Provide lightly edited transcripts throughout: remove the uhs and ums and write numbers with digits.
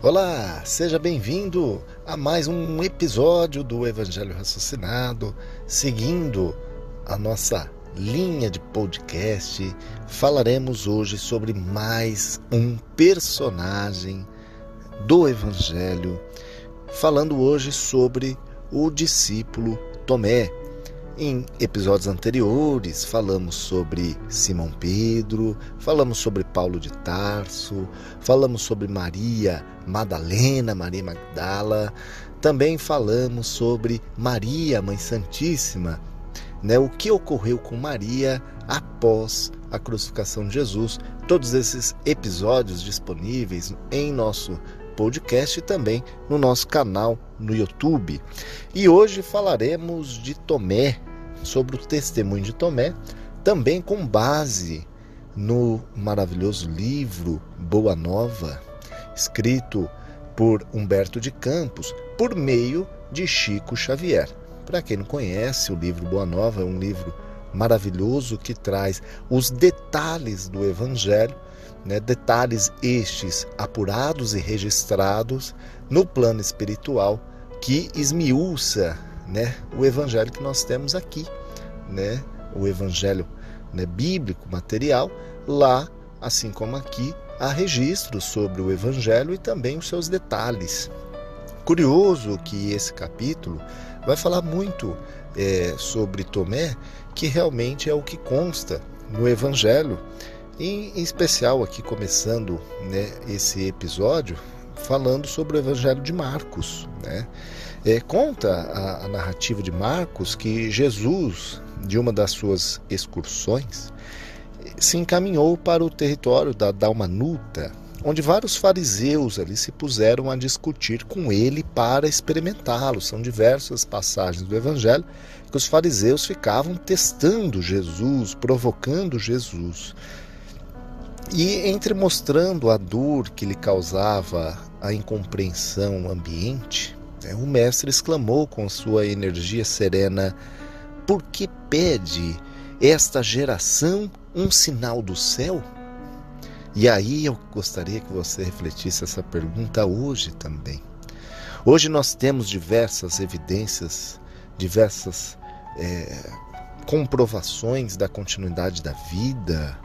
Olá, seja bem-vindo a mais um episódio do Evangelho Raciocinado. Seguindo a nossa linha de podcast, falaremos hoje sobre mais um personagem do Evangelho, falando hoje sobre o discípulo Tomé. Em episódios anteriores, falamos sobre Simão Pedro, falamos sobre Paulo de Tarso, falamos sobre Maria Madalena, Maria Magdala, também falamos sobre Maria, Mãe Santíssima, o que ocorreu com Maria após a crucificação de Jesus. Todos esses episódios disponíveis em nosso podcast e também no nosso canal no YouTube. E hoje falaremos de Tomé, sobre o testemunho de Tomé, também com base no maravilhoso livro Boa Nova, escrito por Humberto de Campos, por meio de Chico Xavier. Para quem não conhece, o livro Boa Nova é um livro maravilhoso que traz os detalhes do Evangelho, detalhes estes apurados e registrados no plano espiritual, que esmiuça o Evangelho que nós temos aqui, o Evangelho bíblico, material. Lá, assim como aqui, há registros sobre o Evangelho e também os seus detalhes. Curioso que esse capítulo vai falar muito sobre Tomé, que realmente é o que consta no Evangelho. Em especial aqui começando esse episódio falando sobre o Evangelho de Marcos. Conta a narrativa de Marcos que Jesus, de uma das suas excursões, se encaminhou para o território da Dalmanuta, onde vários fariseus ali se puseram a discutir com ele para experimentá-lo. São diversas passagens do Evangelho que os fariseus ficavam testando Jesus, provocando Jesus. E entre mostrando a dor que lhe causava a incompreensão ambiente, o mestre exclamou com sua energia serena: "Por que pede esta geração um sinal do céu?" E aí eu gostaria que você refletisse essa pergunta hoje também. Hoje nós temos diversas evidências, diversas comprovações da continuidade da vida,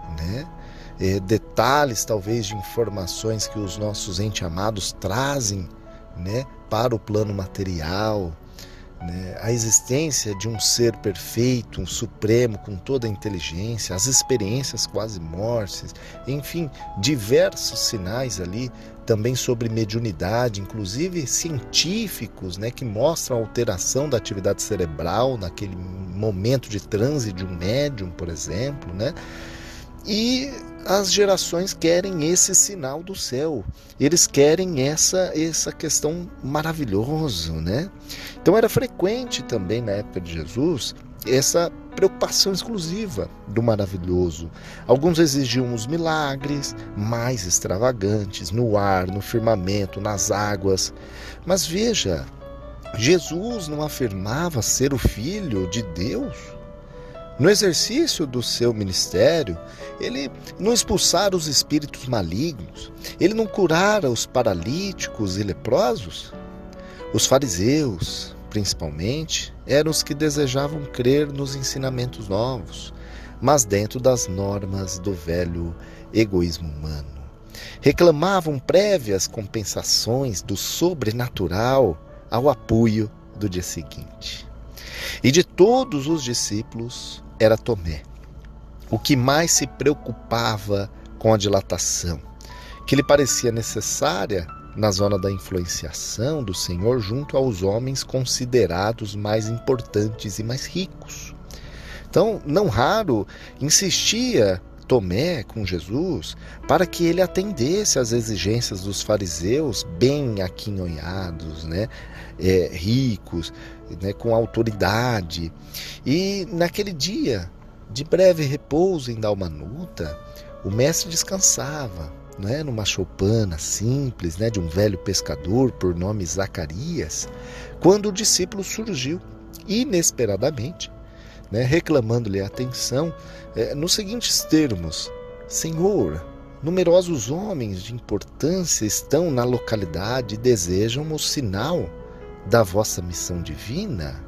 detalhes talvez de informações que os nossos entes amados trazem para o plano material, a existência de um ser perfeito, um supremo com toda a inteligência, as experiências quase mortes, enfim, diversos sinais ali também sobre mediunidade, inclusive científicos que mostram a alteração da atividade cerebral naquele momento de transe de um médium, por exemplo, E as gerações querem esse sinal do céu. Eles querem essa questão maravilhosa, Então era frequente também na época de Jesus essa preocupação exclusiva do maravilhoso. Alguns exigiam os milagres mais extravagantes no ar, no firmamento, nas águas. Mas veja, Jesus não afirmava ser o Filho de Deus. No exercício do seu ministério, ele não expulsara os espíritos malignos, ele não curara os paralíticos e leprosos. Os fariseus, principalmente, eram os que desejavam crer nos ensinamentos novos, mas dentro das normas do velho egoísmo humano. Reclamavam prévias compensações do sobrenatural ao apoio do dia seguinte. E de todos os discípulos, era Tomé o que mais se preocupava com a dilatação, que lhe parecia necessária na zona da influenciação do Senhor junto aos homens considerados mais importantes e mais ricos. Então, não raro, insistia Tomé com Jesus para que ele atendesse às exigências dos fariseus bem aquinhoados, ricos, com autoridade. E naquele dia de breve repouso em Dalmanuta, o mestre descansava, numa choupana simples, de um velho pescador por nome Zacarias, quando o discípulo surgiu inesperadamente, reclamando-lhe a atenção nos seguintes termos: "Senhor, numerosos homens de importância estão na localidade e desejam o sinal da vossa missão divina.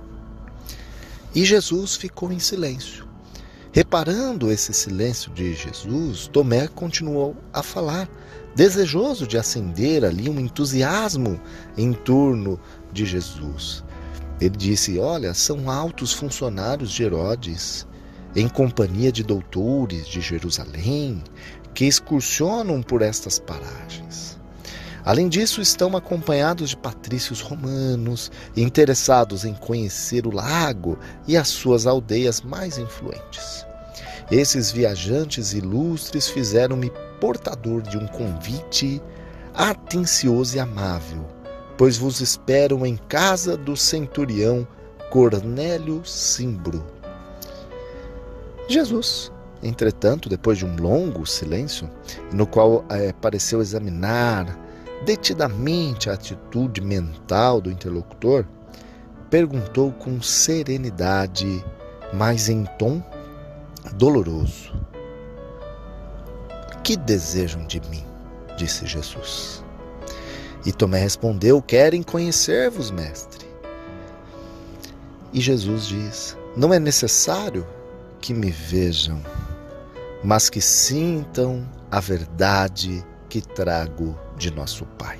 E Jesus ficou em silêncio. Reparando esse silêncio de Jesus, Tomé continuou a falar, desejoso de acender ali um entusiasmo em torno de Jesus. Ele disse: olha, são altos funcionários de Herodes, em companhia de doutores de Jerusalém, que excursionam por estas paragens. Além disso, estão acompanhados de patrícios romanos, interessados em conhecer o lago e as suas aldeias mais influentes. Esses viajantes ilustres fizeram-me portador de um convite atencioso e amável, pois vos esperam em casa do centurião Cornélio Cimbro. Jesus, entretanto, depois de um longo silêncio, no qual pareceu examinar detidamente a atitude mental do interlocutor, perguntou com serenidade, mas em tom doloroso: que desejam de mim? Disse Jesus. E Tomé respondeu: querem conhecer-vos, mestre. E Jesus diz: não é necessário que me vejam, mas que sintam a verdade que trago de nosso Pai.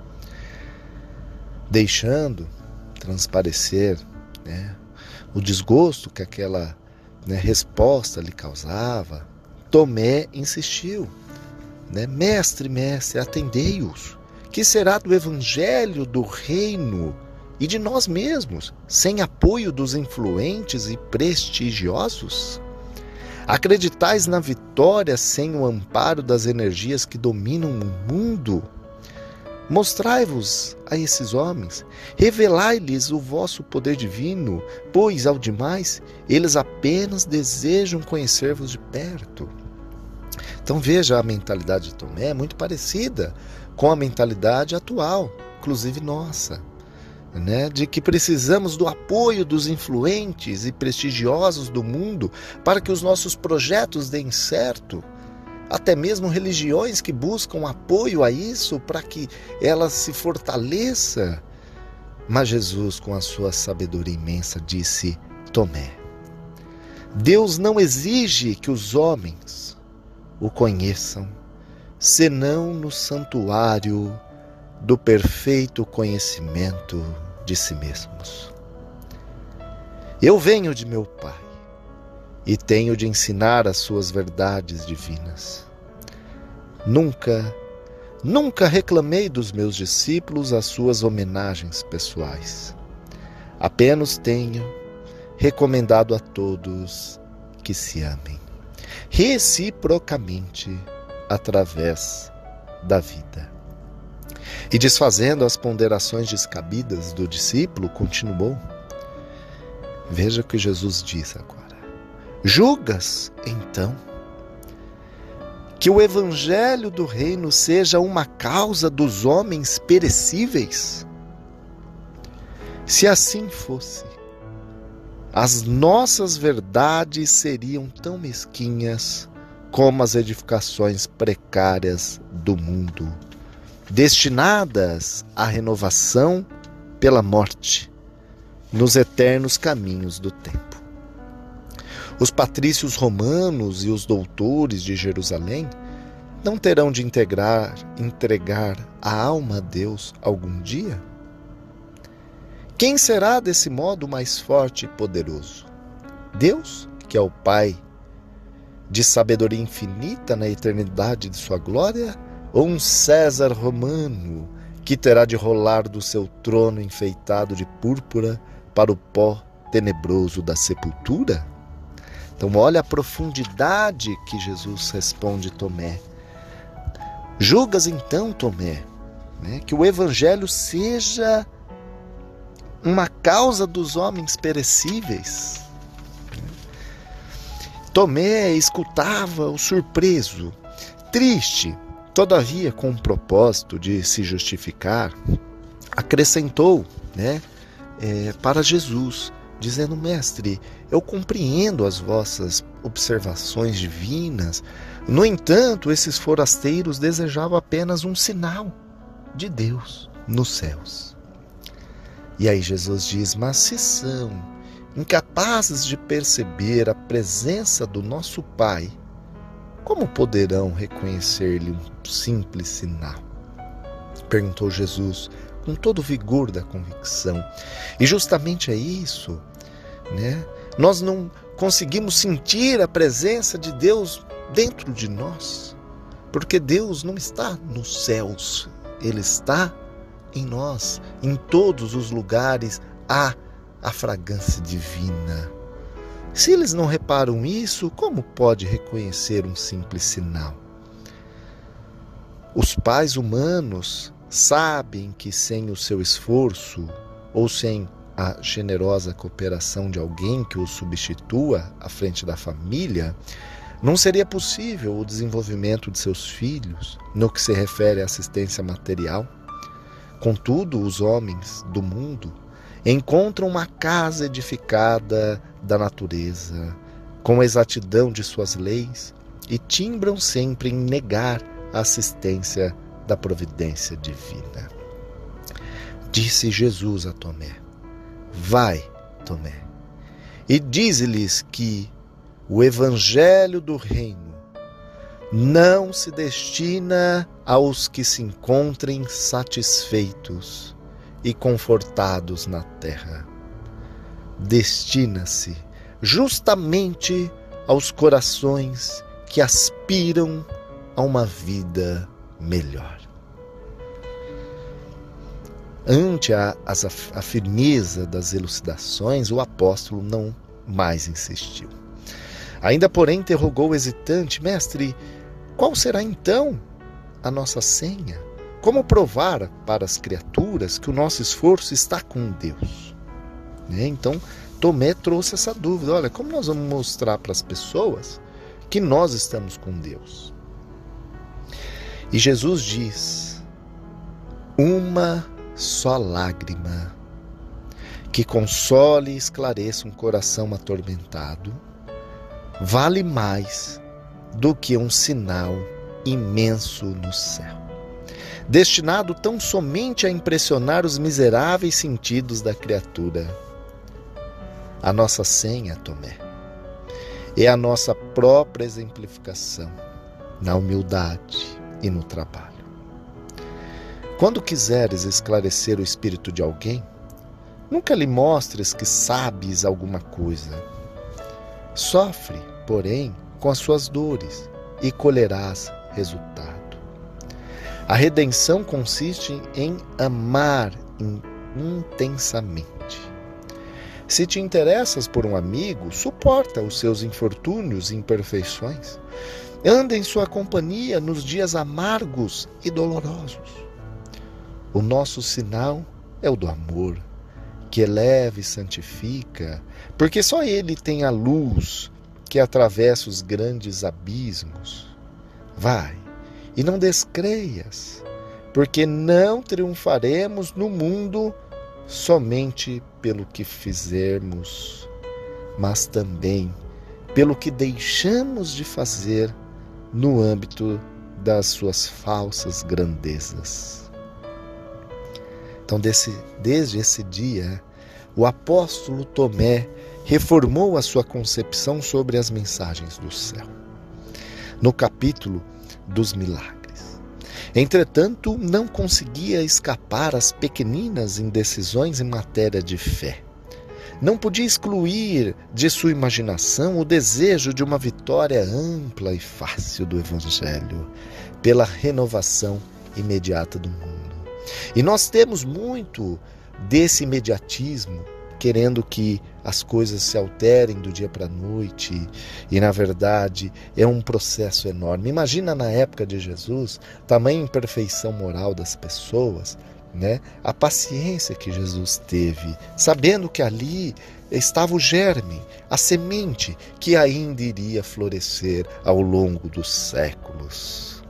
Deixando transparecer o desgosto que aquela resposta lhe causava, Tomé insistiu: mestre, atendei-os. Que será do evangelho do reino e de nós mesmos, sem apoio dos influentes e prestigiosos? Acreditais na vitória sem o amparo das energias que dominam o mundo? Mostrai-vos a esses homens, revelai-lhes o vosso poder divino, pois, ao demais, eles apenas desejam conhecer-vos de perto. Então veja, a mentalidade de Tomé é muito parecida com a mentalidade atual, inclusive nossa, de que precisamos do apoio dos influentes e prestigiosos do mundo para que os nossos projetos deem certo. Até mesmo religiões que buscam apoio a isso para que ela se fortaleça. Mas Jesus, com a sua sabedoria imensa, disse: Tomé, Deus não exige que os homens o conheçam, senão no santuário do perfeito conhecimento de si mesmos. Eu venho de meu Pai e tenho de ensinar as suas verdades divinas. Nunca reclamei dos meus discípulos as suas homenagens pessoais. Apenas tenho recomendado a todos que se amem, reciprocamente, através da vida. E desfazendo as ponderações descabidas do discípulo, continuou: veja o que Jesus diz agora. Julgas, então, que o evangelho do reino seja uma causa dos homens perecíveis? Se assim fosse, as nossas verdades seriam tão mesquinhas como as edificações precárias do mundo, destinadas à renovação pela morte, nos eternos caminhos do tempo. Os patrícios romanos e os doutores de Jerusalém não terão de entregar a alma a Deus algum dia? Quem será desse modo mais forte e poderoso? Deus, que é o Pai de sabedoria infinita na eternidade de sua glória, ou um César romano que terá de rolar do seu trono enfeitado de púrpura para o pó tenebroso da sepultura? Então olha a profundidade que Jesus responde Tomé. Julgas então, Tomé, que o evangelho seja uma causa dos homens perecíveis? Tomé escutava o surpreso, triste, todavia com o propósito de se justificar, acrescentou para Jesus, dizendo: mestre, eu compreendo as vossas observações divinas, No entanto, esses forasteiros desejavam apenas um sinal de Deus nos céus. E aí Jesus diz: mas se são incapazes de perceber a presença do nosso Pai, como poderão reconhecer-lhe um simples sinal? Perguntou Jesus com todo o vigor da convicção. E justamente é isso, né? Nós não conseguimos sentir a presença de Deus dentro de nós, porque Deus não está nos céus, Ele está em nós. Em todos os lugares há a fragrância divina. Se eles não reparam isso, como pode reconhecer um simples sinal? Os pais humanos sabem que sem o seu esforço ou sem a generosa cooperação de alguém que o substitua à frente da família, não seria possível o desenvolvimento de seus filhos no que se refere à assistência material. Contudo, os homens do mundo encontram uma casa edificada da natureza, com a exatidão de suas leis, e timbram sempre em negar a assistência da providência divina. Disse Jesus a Tomé: vai, Tomé, e dize-lhes que o evangelho do reino não se destina aos que se encontrem satisfeitos e confortados na terra. Destina-se justamente aos corações que aspiram a uma vida melhor. Ante a firmeza das elucidações, o apóstolo não mais insistiu. Ainda, porém, interrogou o hesitante: mestre, qual será então a nossa senha? Como provar para as criaturas que o nosso esforço está com Deus? Então, Tomé trouxe essa dúvida: olha, como nós vamos mostrar para as pessoas que nós estamos com Deus? E Jesus diz: uma só lágrima que console e esclareça um coração atormentado vale mais do que um sinal imenso no céu, destinado tão somente a impressionar os miseráveis sentidos da criatura. A nossa senha, Tomé, é a nossa própria exemplificação na humildade e no trabalho. Quando quiseres esclarecer o espírito de alguém, nunca lhe mostres que sabes alguma coisa. Sofre, porém, com as suas dores e colherás resultado. A redenção consiste em amar intensamente. Se te interessas por um amigo, suporta os seus infortúnios e imperfeições. Anda em sua companhia nos dias amargos e dolorosos. O nosso sinal é o do amor, que eleva e santifica, porque só Ele tem a luz que atravessa os grandes abismos. Vai, e não descreias, porque não triunfaremos no mundo somente pelo que fizermos, mas também pelo que deixamos de fazer no âmbito das suas falsas grandezas. Então, desde esse dia, o apóstolo Tomé reformou a sua concepção sobre as mensagens do céu, no capítulo dos milagres. Entretanto, não conseguia escapar às pequeninas indecisões em matéria de fé. Não podia excluir de sua imaginação o desejo de uma vitória ampla e fácil do Evangelho, pela renovação imediata do mundo. E nós temos muito desse imediatismo, querendo que as coisas se alterem do dia para a noite, e na verdade é um processo enorme. Imagina na época de Jesus, tamanha imperfeição moral das pessoas, a paciência que Jesus teve, sabendo que ali estava o germe, a semente que ainda iria florescer ao longo dos séculos.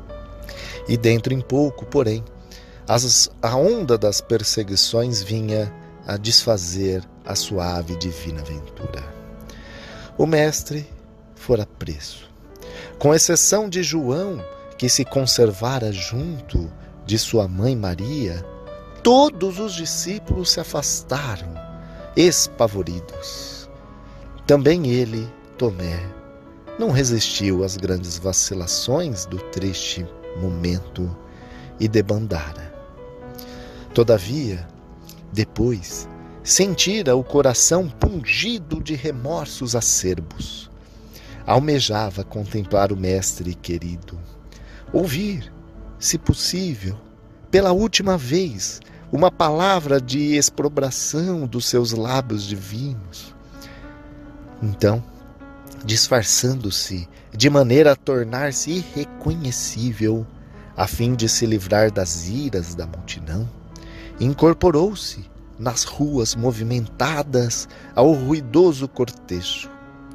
E dentro em pouco, porém, a onda das perseguições vinha a desfazer a suave e divina ventura. O mestre fora preso. Com exceção de João, que se conservara junto de sua mãe Maria, todos os discípulos se afastaram, espavoridos. Também ele, Tomé, não resistiu às grandes vacilações do triste momento e debandara. Todavia, depois, sentira o coração pungido de remorsos acerbos. Almejava contemplar o Mestre querido, ouvir, se possível, pela última vez, uma palavra de exprobração dos seus lábios divinos. Então, disfarçando-se de maneira a tornar-se irreconhecível, a fim de se livrar das iras da multidão, incorporou-se nas ruas movimentadas ao ruidoso cortejo.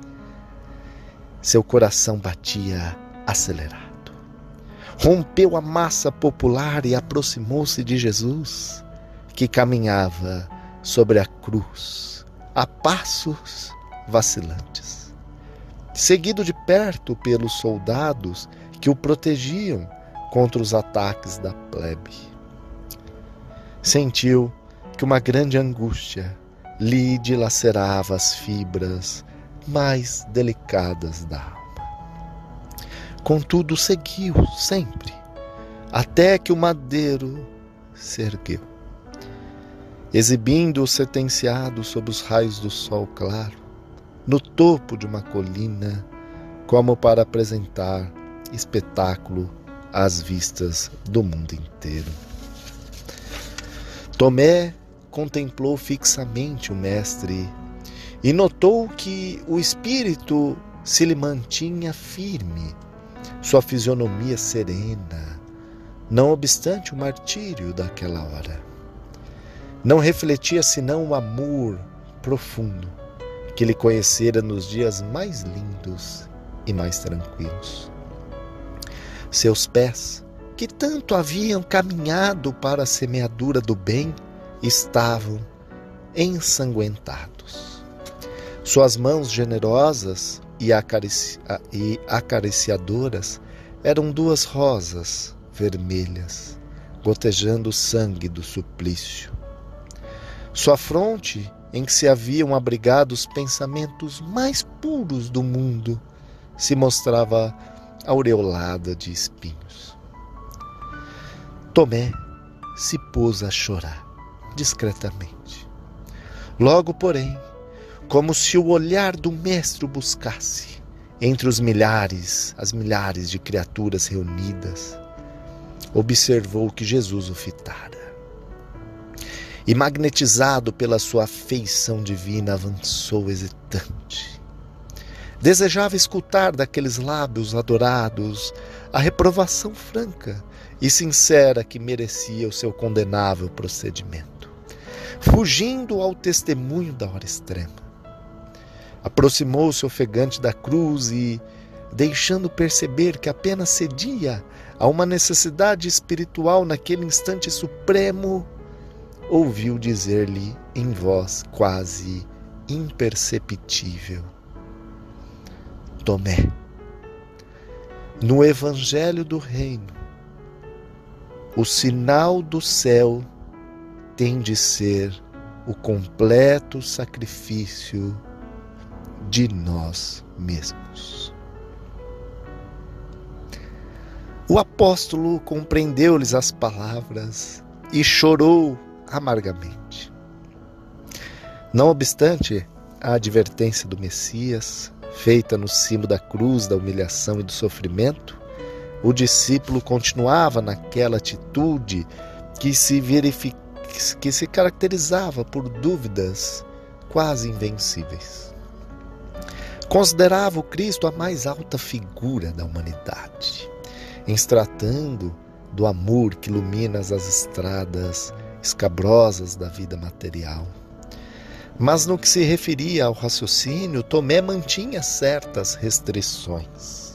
Seu coração batia acelerado. Rompeu a massa popular e aproximou-se de Jesus, que caminhava sobre a cruz, a passos vacilantes, seguido de perto pelos soldados que o protegiam contra os ataques da plebe. Sentiu que uma grande angústia lhe dilacerava as fibras mais delicadas da alma. Contudo, seguiu sempre, até que o madeiro se ergueu, exibindo o sentenciado sob os raios do sol claro, no topo de uma colina, como para apresentar espetáculo às vistas do mundo inteiro. Tomé contemplou fixamente o Mestre e notou que o espírito se lhe mantinha firme, sua fisionomia serena, não obstante o martírio daquela hora. Não refletia senão o amor profundo que lhe conhecera nos dias mais lindos e mais tranquilos. Seus pés, que tanto haviam caminhado para a semeadura do bem, estavam ensanguentados. Suas mãos generosas e acariciadoras eram duas rosas vermelhas, gotejando o sangue do suplício. Sua fronte, em que se haviam abrigado os pensamentos mais puros do mundo, se mostrava aureolada de espinhos. Tomé se pôs a chorar discretamente. Logo, porém, como se o olhar do Mestre o buscasse entre as milhares de criaturas reunidas, observou que Jesus o fitara. E, magnetizado pela sua afeição divina, avançou hesitante. Desejava escutar daqueles lábios adorados a reprovação franca e sincera que merecia o seu condenável procedimento, fugindo ao testemunho da hora extrema. Aproximou-se ofegante da cruz e, deixando perceber que apenas cedia a uma necessidade espiritual naquele instante supremo, ouviu dizer-lhe em voz quase imperceptível: Tomé, no Evangelho do Reino, o sinal do céu tem de ser o completo sacrifício de nós mesmos. O apóstolo compreendeu-lhes as palavras e chorou amargamente. Não obstante a advertência do Messias, feita no cimo da cruz da humilhação e do sofrimento, o discípulo continuava naquela atitude que se caracterizava por dúvidas quase invencíveis. Considerava o Cristo a mais alta figura da humanidade, tratando do amor que ilumina as estradas escabrosas da vida material. Mas no que se referia ao raciocínio, Tomé mantinha certas restrições.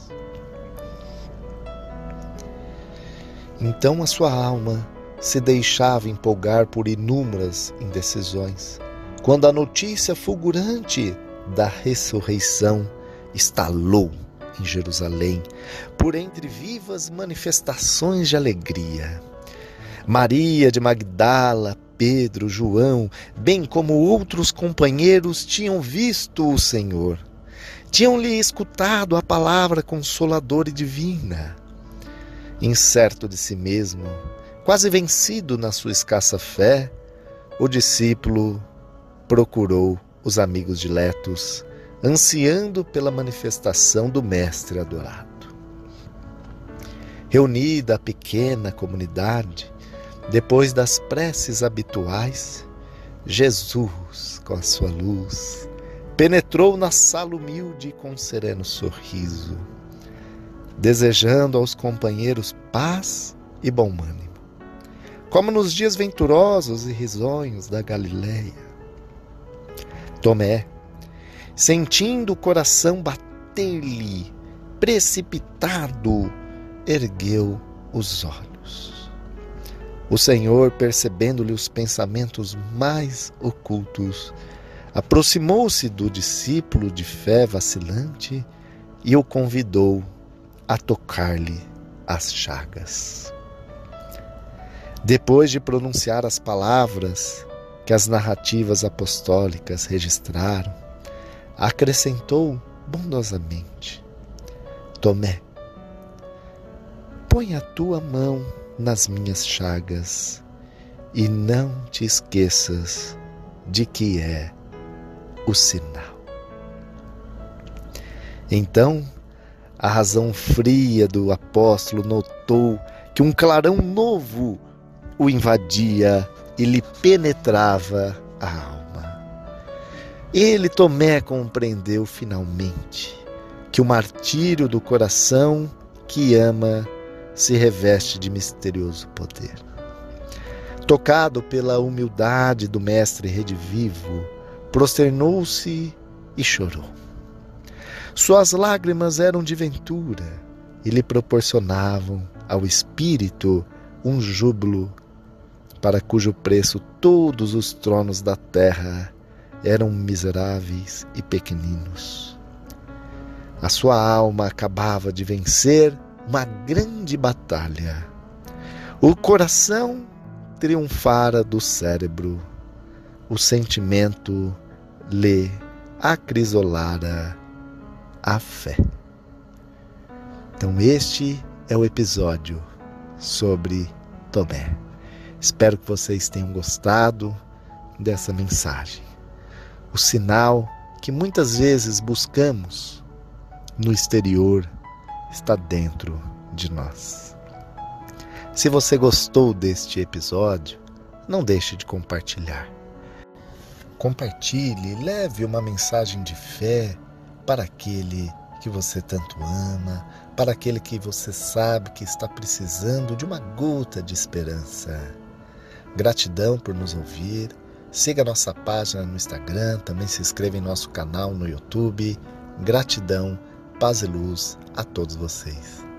Então a sua alma se deixava empolgar por inúmeras indecisões, quando a notícia fulgurante da ressurreição estalou em Jerusalém, por entre vivas manifestações de alegria. Maria de Magdala, Pedro, João, bem como outros companheiros tinham visto o Senhor. Tinham-lhe escutado a palavra consoladora e divina. Incerto de si mesmo, quase vencido na sua escassa fé, o discípulo procurou os amigos diletos, ansiando pela manifestação do Mestre adorado. Reunida a pequena comunidade, depois das preces habituais, Jesus, com a sua luz, penetrou na sala humilde com um sereno sorriso, desejando aos companheiros paz e bom ânimo, como nos dias venturosos e risonhos da Galileia. Tomé, sentindo o coração bater-lhe, precipitado, ergueu os olhos. O Senhor, percebendo-lhe os pensamentos mais ocultos, aproximou-se do discípulo de fé vacilante e o convidou a tocar-lhe as chagas. Depois de pronunciar as palavras que as narrativas apostólicas registraram, acrescentou bondosamente: Tomé, põe a tua mão nas minhas chagas e não te esqueças de que é o sinal. Então, a razão fria do apóstolo notou que um clarão novo o invadia e lhe penetrava a alma. Ele, Tomé, compreendeu finalmente que o martírio do coração que ama se reveste de misterioso poder. Tocado pela humildade do mestre redivivo, prosternou-se e chorou. Suas lágrimas eram de ventura e lhe proporcionavam ao espírito um júbilo para cujo preço todos os tronos da terra eram miseráveis e pequeninos. A sua alma acabava de vencer uma grande batalha. O coração triunfara do cérebro. O sentimento lhe acrisolara a fé. Então este é o episódio sobre Tomé. Espero que vocês tenham gostado dessa mensagem. O sinal que muitas vezes buscamos no exterior está dentro de nós. Se você gostou deste episódio, não deixe de compartilhar. Compartilhe, leve uma mensagem de fé para aquele que você tanto ama, para aquele que você sabe que está precisando de uma gota de esperança. Gratidão por nos ouvir. Siga nossa página no Instagram, também se inscreva em nosso canal no YouTube. Gratidão, paz e luz a todos vocês.